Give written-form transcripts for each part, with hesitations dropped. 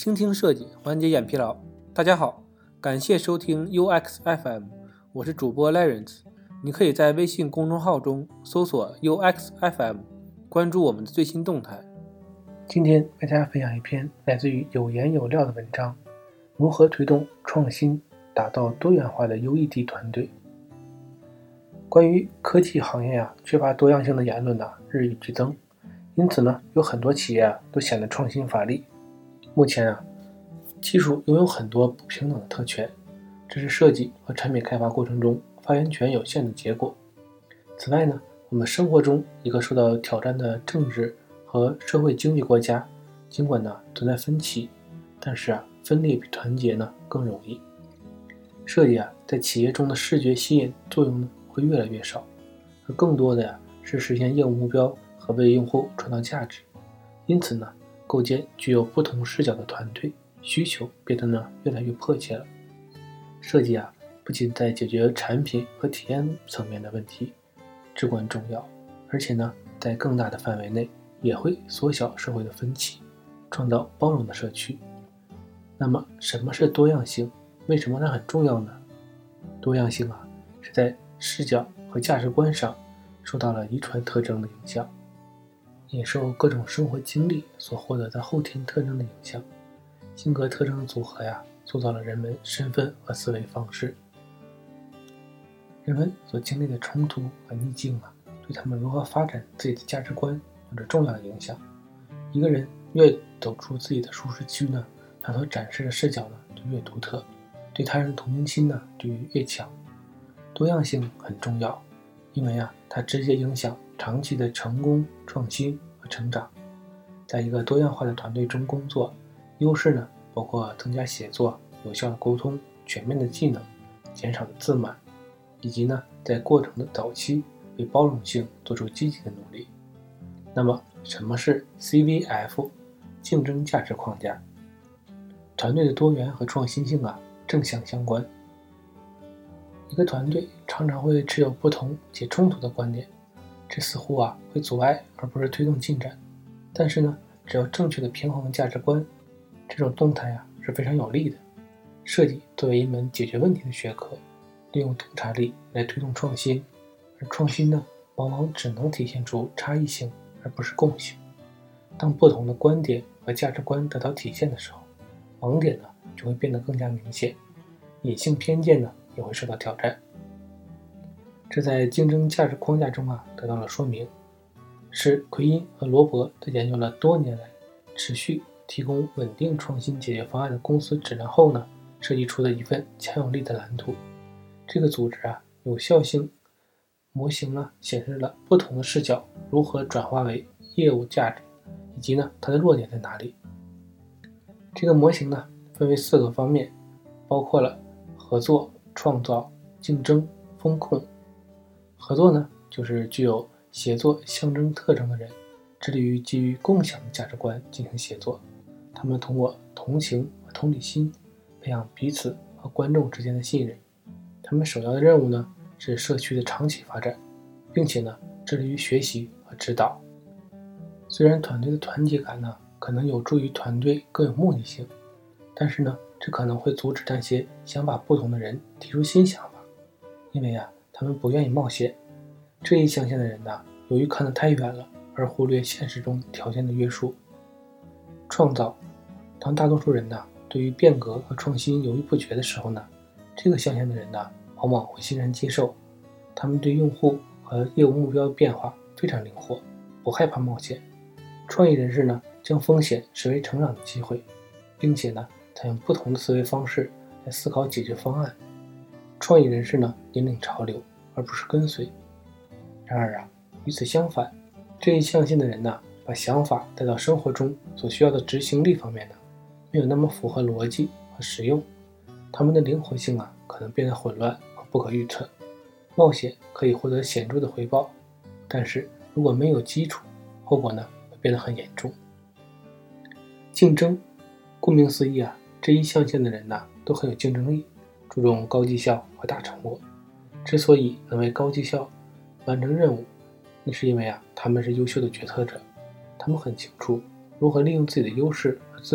倾听设计，缓解眼疲劳。大家好，感谢收听 UX FM， 我是主播 Lawrence。你可以在微信公众号中搜索 UX FM， 关注我们的最新动态。今天为大家分享一篇来自于有颜有料的文章，如何推动创新，打造多元化的 UED 团队。关于科技行业缺乏多样性的言论日益剧增，因此有很多企业都显得创新乏力。目前技术拥有很多不平等的特权，这是设计和产品开发过程中发言权有限的结果。此外我们生活中一个受到挑战的政治和社会经济国家，尽管存在分歧，但是分裂比团结更容易。设计在企业中的视觉吸引作用会越来越少，而更多的是实现业务目标和为用户创造价值。因此构建具有不同视角的团队需求变得越来越迫切了。设计不仅在解决产品和体验层面的问题至关重要，而且在更大的范围内也会缩小社会的分歧，创造包容的社区。那么什么是多样性？为什么它很重要呢？多样性是在视角和价值观上受到了遗传特征的影响，也受各种生活经历所获得的后天特征的影响。性格特征的组合塑造了人们身份和思维方式。人们所经历的冲突和逆境对他们如何发展自己的价值观有着重要的影响。一个人越走出自己的舒适区他所展示的视角就越独特，对他人同情心就越强。多样性很重要，因为它直接影响长期的成功、创新和成长。在一个多样化的团队中工作，优势包括增加协作、有效的沟通、全面的技能、减少的自满，以及在过程的早期为包容性做出积极的努力。那么什么是 CVF 竞争价值框架？团队的多元和创新性正相相关。一个团队常常会持有不同且冲突的观点，这似乎会阻碍而不是推动进展。但是只要正确的平衡价值观，这种动态是非常有利的。设计作为一门解决问题的学科，利用洞察力来推动创新，而创新往往只能体现出差异性而不是共性。当不同的观点和价值观得到体现的时候，盲点就会变得更加明显，隐性偏见也会受到挑战。这在竞争价值框架中得到了说明，是奎因和罗伯在研究了多年来持续提供稳定创新解决方案的公司质量后设计出的一份强有力的蓝图。这个组织有效性模型显示了不同的视角如何转化为业务价值，以及它的弱点在哪里。这个模型分为4个方面，包括了合作、创造、竞争、风控。合作就是具有协作象征特征的人，致力于基于共享的价值观进行协作。他们通过同情和同理心培养彼此和观众之间的信任。他们首要的任务是社区的长期发展，并且致力于学习和指导。虽然团队的团结感可能有助于团队更有目的性，但是这可能会阻止那些想法不同的人提出新想法，因为他们不愿意冒险。这一象限的人由于看得太远了，而忽略现实中条件的约束。创造，当大多数人对于变革和创新犹豫不决的时候这个象限的人往往会欣然接受。他们对用户和业务目标的变化非常灵活，不害怕冒险。创意人士将风险视为成长的机会，并且采用不同的思维方式来思考解决方案。创意人士引领潮流，而不是跟随。然而与此相反，这一象限的人把想法带到生活中所需要的执行力方面没有那么符合逻辑和实用。他们的灵活性可能变得混乱和不可预测。冒险可以获得显著的回报，但是如果没有基础，后果会变得很严重。竞争，顾名思义这一象限的人都很有竞争力，注重高绩效和大成果。之所以能为高绩效完成任务，那是因为他们是优秀的决策者。他们很清楚如何利用自己的优势和资源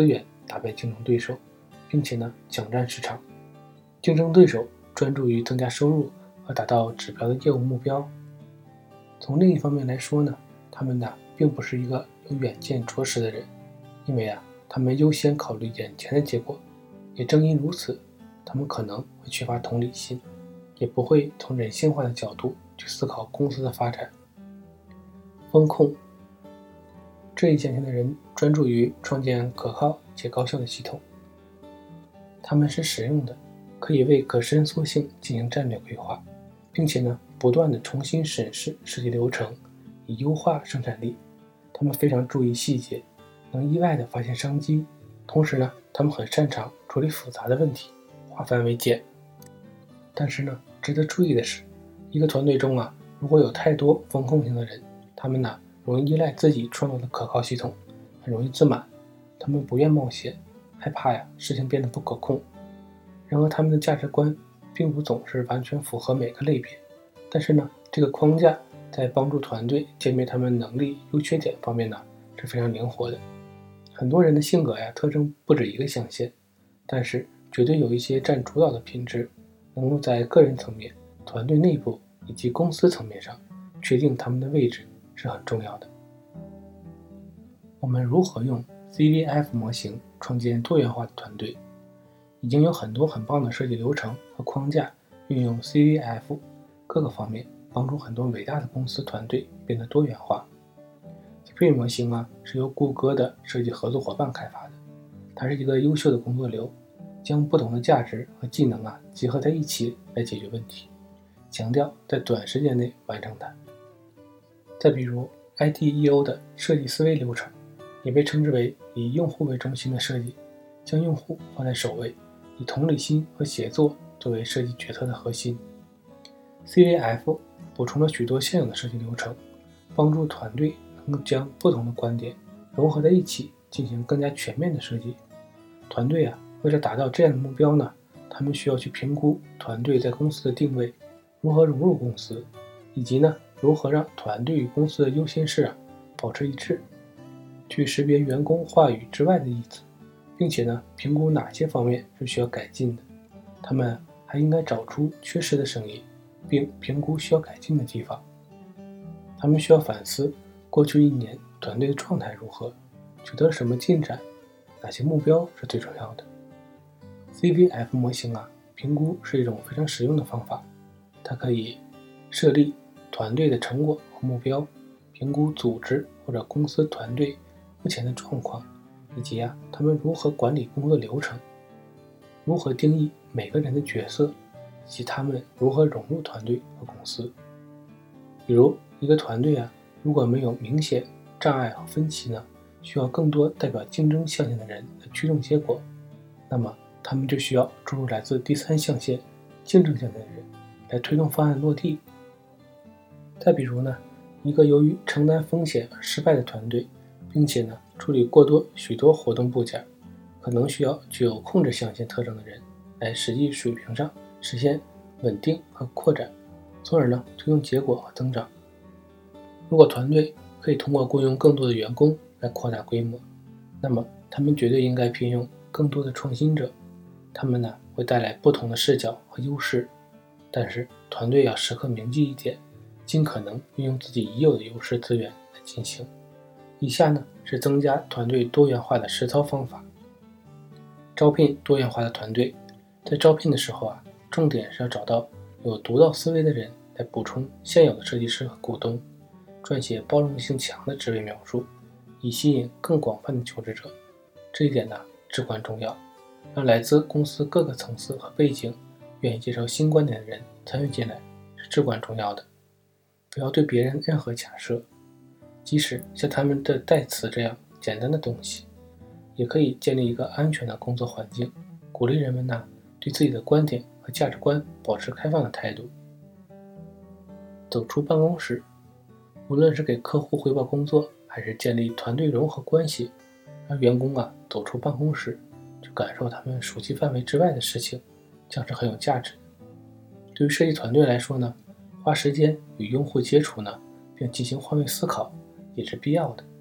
打败竞争对手，并且呢抢占市场。竞争对手专注于增加收入和达到指标的业务目标。从另一方面来说呢，他们呢并不是一个有远见卓识的人，因为他们优先考虑眼前的结果。也正因如此，他们可能会缺乏同理心，也不会从人性化的角度去思考公司的发展。风控这一类型的人专注于创建可靠且高效的系统，他们是实用的，可以为可伸缩性进行战略规划，并且呢不断地重新审视设计流程，以优化生产力。他们非常注意细节，能意外地发现商机，同时呢他们很擅长处理复杂的问题，化繁为简。但是呢值得注意的是，一个团队中如果有太多风控型的人，他们呢容易依赖自己创造的可靠系统，很容易自满，他们不愿冒险，害怕事情变得不可控。然而他们的价值观并不总是完全符合每个类别，但是呢这个框架在帮助团队鉴别他们能力优缺点方面呢是非常灵活的。很多人的性格特征不止一个象限，但是绝对有一些占主导的品质，能够在个人层面、团队内部以及公司层面上确定他们的位置是很重要的。我们如何用 CVF 模型创建多元化的团队？已经有很多很棒的设计流程和框架运用 CVF 各个方面，帮助很多伟大的公司团队变得多元化。Sprint 模型是由谷歌的设计合作伙伴开发的，它是一个优秀的工作流，将不同的价值和技能结合在一起来解决问题，强调在短时间内完成它。再比如 ITEO 的设计思维流程，也被称之为以用户为中心的设计，将用户放在首位，以同理心和协作作为设计决策的核心。CVF 补充了许多现有的设计流程，帮助团队能够将不同的观点融合在一起，进行更加全面的设计。团队为了达到这样的目标呢，他们需要去评估团队在公司的定位，如何融入公司，以及呢如何让团队与公司的优先事保持一致，去识别员工话语之外的意思，并且呢评估哪些方面是需要改进的。他们还应该找出缺失的声音，并评估需要改进的地方。他们需要反思过去1年团队的状态如何，取得了什么进展，哪些目标是最重要的。CVF 模型评估是一种非常实用的方法，它可以设立团队的成果和目标，评估组织或者公司团队目前的状况，以及他们如何管理工作流程，如何定义每个人的角色，以及他们如何融入团队和公司。比如一个团队如果没有明显障碍和分歧呢，需要更多代表竞争象限的人来驱动结果，那么他们就需要注入来自第三象限竞争象限的人来推动方案落地。再比如呢，一个由于承担风险而失败的团队，并且呢处理过多许多活动部件，可能需要具有控制象限特征的人来实际水平上实现稳定和扩展，从而呢推动结果和增长。如果团队可以通过雇佣更多的员工来扩大规模，那么他们绝对应该聘用更多的创新者，他们呢会带来不同的视角和优势。但是团队要时刻铭记一点，尽可能运用自己已有的优势资源来进行。以下呢是增加团队多元化的实操方法。招聘多元化的团队，在招聘的时候重点是要找到有独到思维的人来补充现有的设计师和股东，撰写包容性强的职位描述，以吸引更广泛的求职者。这一点呢至关重要，让来自公司各个层次和背景愿意接受新观点的人参与进来是至关重要的。不要对别人任何假设，即使像他们的代词这样简单的东西，也可以建立一个安全的工作环境，鼓励人们对自己的观点和价值观保持开放的态度。走出办公室，无论是给客户汇报工作，还是建立团队融合关系，让员工走出办公室，去感受他们熟悉范围之外的事情，将是很有价值的。对于设计团队来说呢，花时间与用户接触呢，并进行换位思考也是必要的。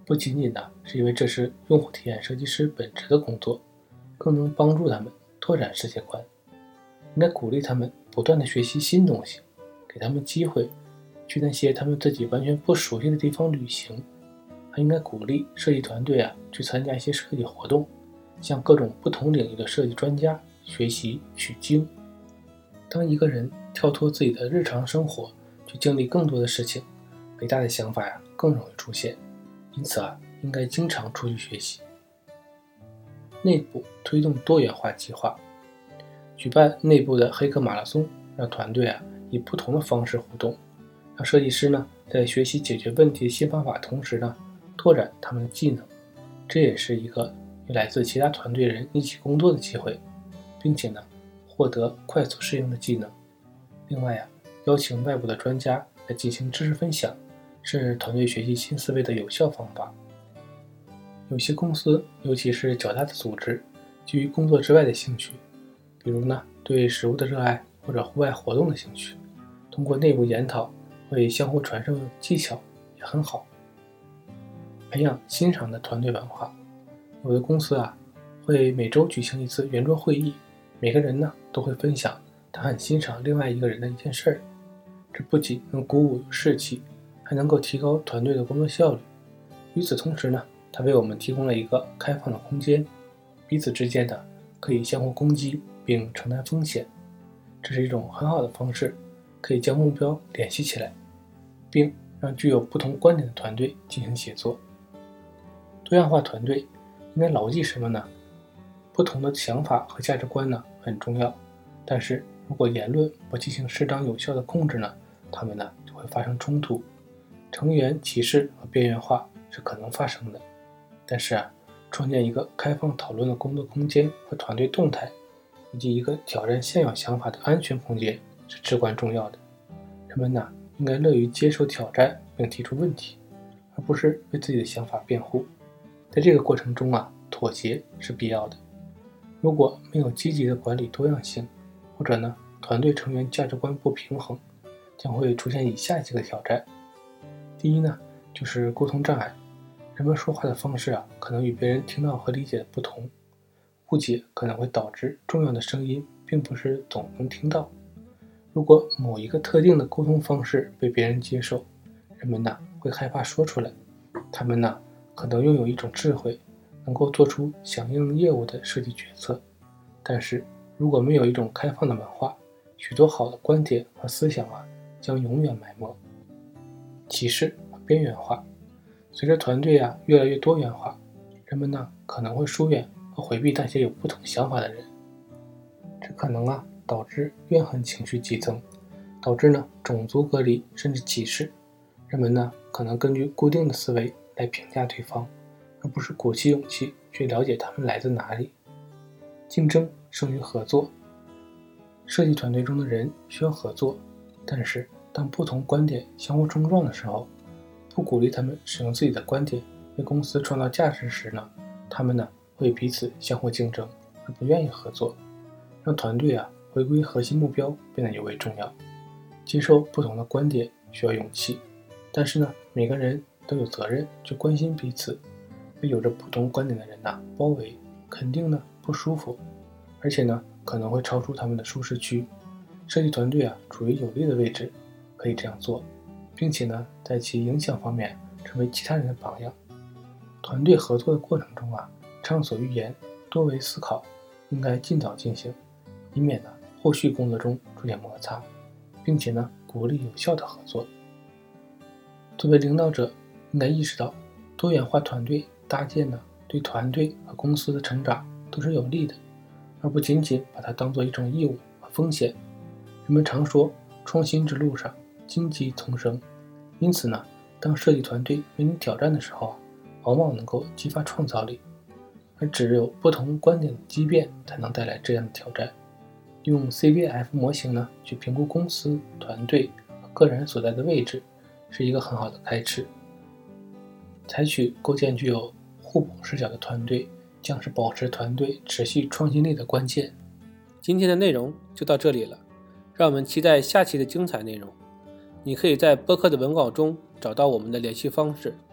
不仅仅是因为这是用户体验设计师本职的工作，更能帮助他们拓展世界观。应该鼓励他们不断地学习新东西，给他们机会去那些他们自己完全不熟悉的地方旅行。还应该鼓励设计团队去参加一些设计活动，向各种不同领域的设计专家学习取经。当一个人跳脱自己的日常生活，去经历更多的事情，伟大的想法更容易出现。因此应该经常出去学习。内部推动多元化计划，举办内部的黑客马拉松，让团队以不同的方式互动，让设计师在学习解决问题的新方法同时拓展他们的技能。这也是一个与来自其他团队人一起工作的机会，并且获得快速适应的技能。另外邀请外部的专家来进行知识分享，是团队学习新思维的有效方法。有些公司，尤其是较大的组织，基于工作之外的兴趣，比如对食物的热爱或者户外活动的兴趣，通过内部研讨会相互传授技巧，也很好。培养欣赏的团队文化，有的公司会每周举行一次圆桌会议，每个人都会分享他很欣赏另外一个人的一件事儿。这不仅能鼓舞士气，还能够提高团队的工作效率。与此同时它为我们提供了一个开放的空间，彼此之间可以相互攻击并承担风险。这是一种很好的方式，可以将目标联系起来，并让具有不同观点的团队进行协作。多样化团队应该牢记什么呢？不同的想法和价值观很重要，但是如果言论不进行适当有效的控制他们就会发生冲突。成员歧视和边缘化是可能发生的，但是创建一个开放讨论的工作空间和团队动态，以及一个挑战现有想法的安全空间是至关重要的。人们应该乐于接受挑战并提出问题，而不是为自己的想法辩护。在这个过程中妥协是必要的。如果没有积极的管理多样性，或者团队成员价值观不平衡，将会出现以下几个挑战。第一就是沟通障碍，人们说话的方式可能与别人听到和理解的不同，误解可能会导致重要的声音并不是总能听到。如果某一个特定的沟通方式被别人接受，人们会害怕说出来。他们可能拥有一种智慧，能够做出响应业务的设计决策，但是如果没有一种开放的文化，许多好的观点和思想将永远埋没。歧视和边缘化，随着团队越来越多元化，人们可能会疏远和回避那些有不同想法的人，这可能导致怨恨情绪激增，导致种族隔离甚至歧视。人们可能根据固定的思维来评价对方，而不是鼓起勇气去了解他们来自哪里。竞争胜于合作，设计团队中的人需要合作，但是当不同观点相互冲撞的时候，不鼓励他们使用自己的观点为公司创造价值时他们会彼此相互竞争，而不愿意合作。让团队回归核心目标变得尤为重要。接受不同的观点需要勇气，但是每个人都有责任去关心彼此。被有着不同观点的人包围，肯定不舒服，而且可能会超出他们的舒适区。设计团队处于有利的位置，可以这样做，并且在其影响方面成为其他人的榜样。团队合作的过程中畅所欲言，多维思考，应该尽早进行，以免后续工作中出现摩擦，并且鼓励有效的合作。作为领导者，应该意识到多元化团队搭建对团队和公司的成长都是有利的，而不仅仅把它当作一种义务和风险。人们常说创新之路上荆棘丛生，因此当设计团队面临挑战的时候往往能够激发创造力，而只有不同观点的激辩才能带来这样的挑战。用 CVF 模型去评估公司、团队和个人所在的位置，是一个很好的开始。采取构建具有互补视角的团队，将是保持团队持续创新力的关键。今天的内容就到这里了，让我们期待下期的精彩内容。你可以在播客的文稿中找到我们的联系方式，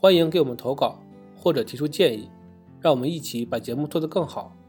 欢迎给我们投稿或者提出建议，让我们一起把节目做得更好。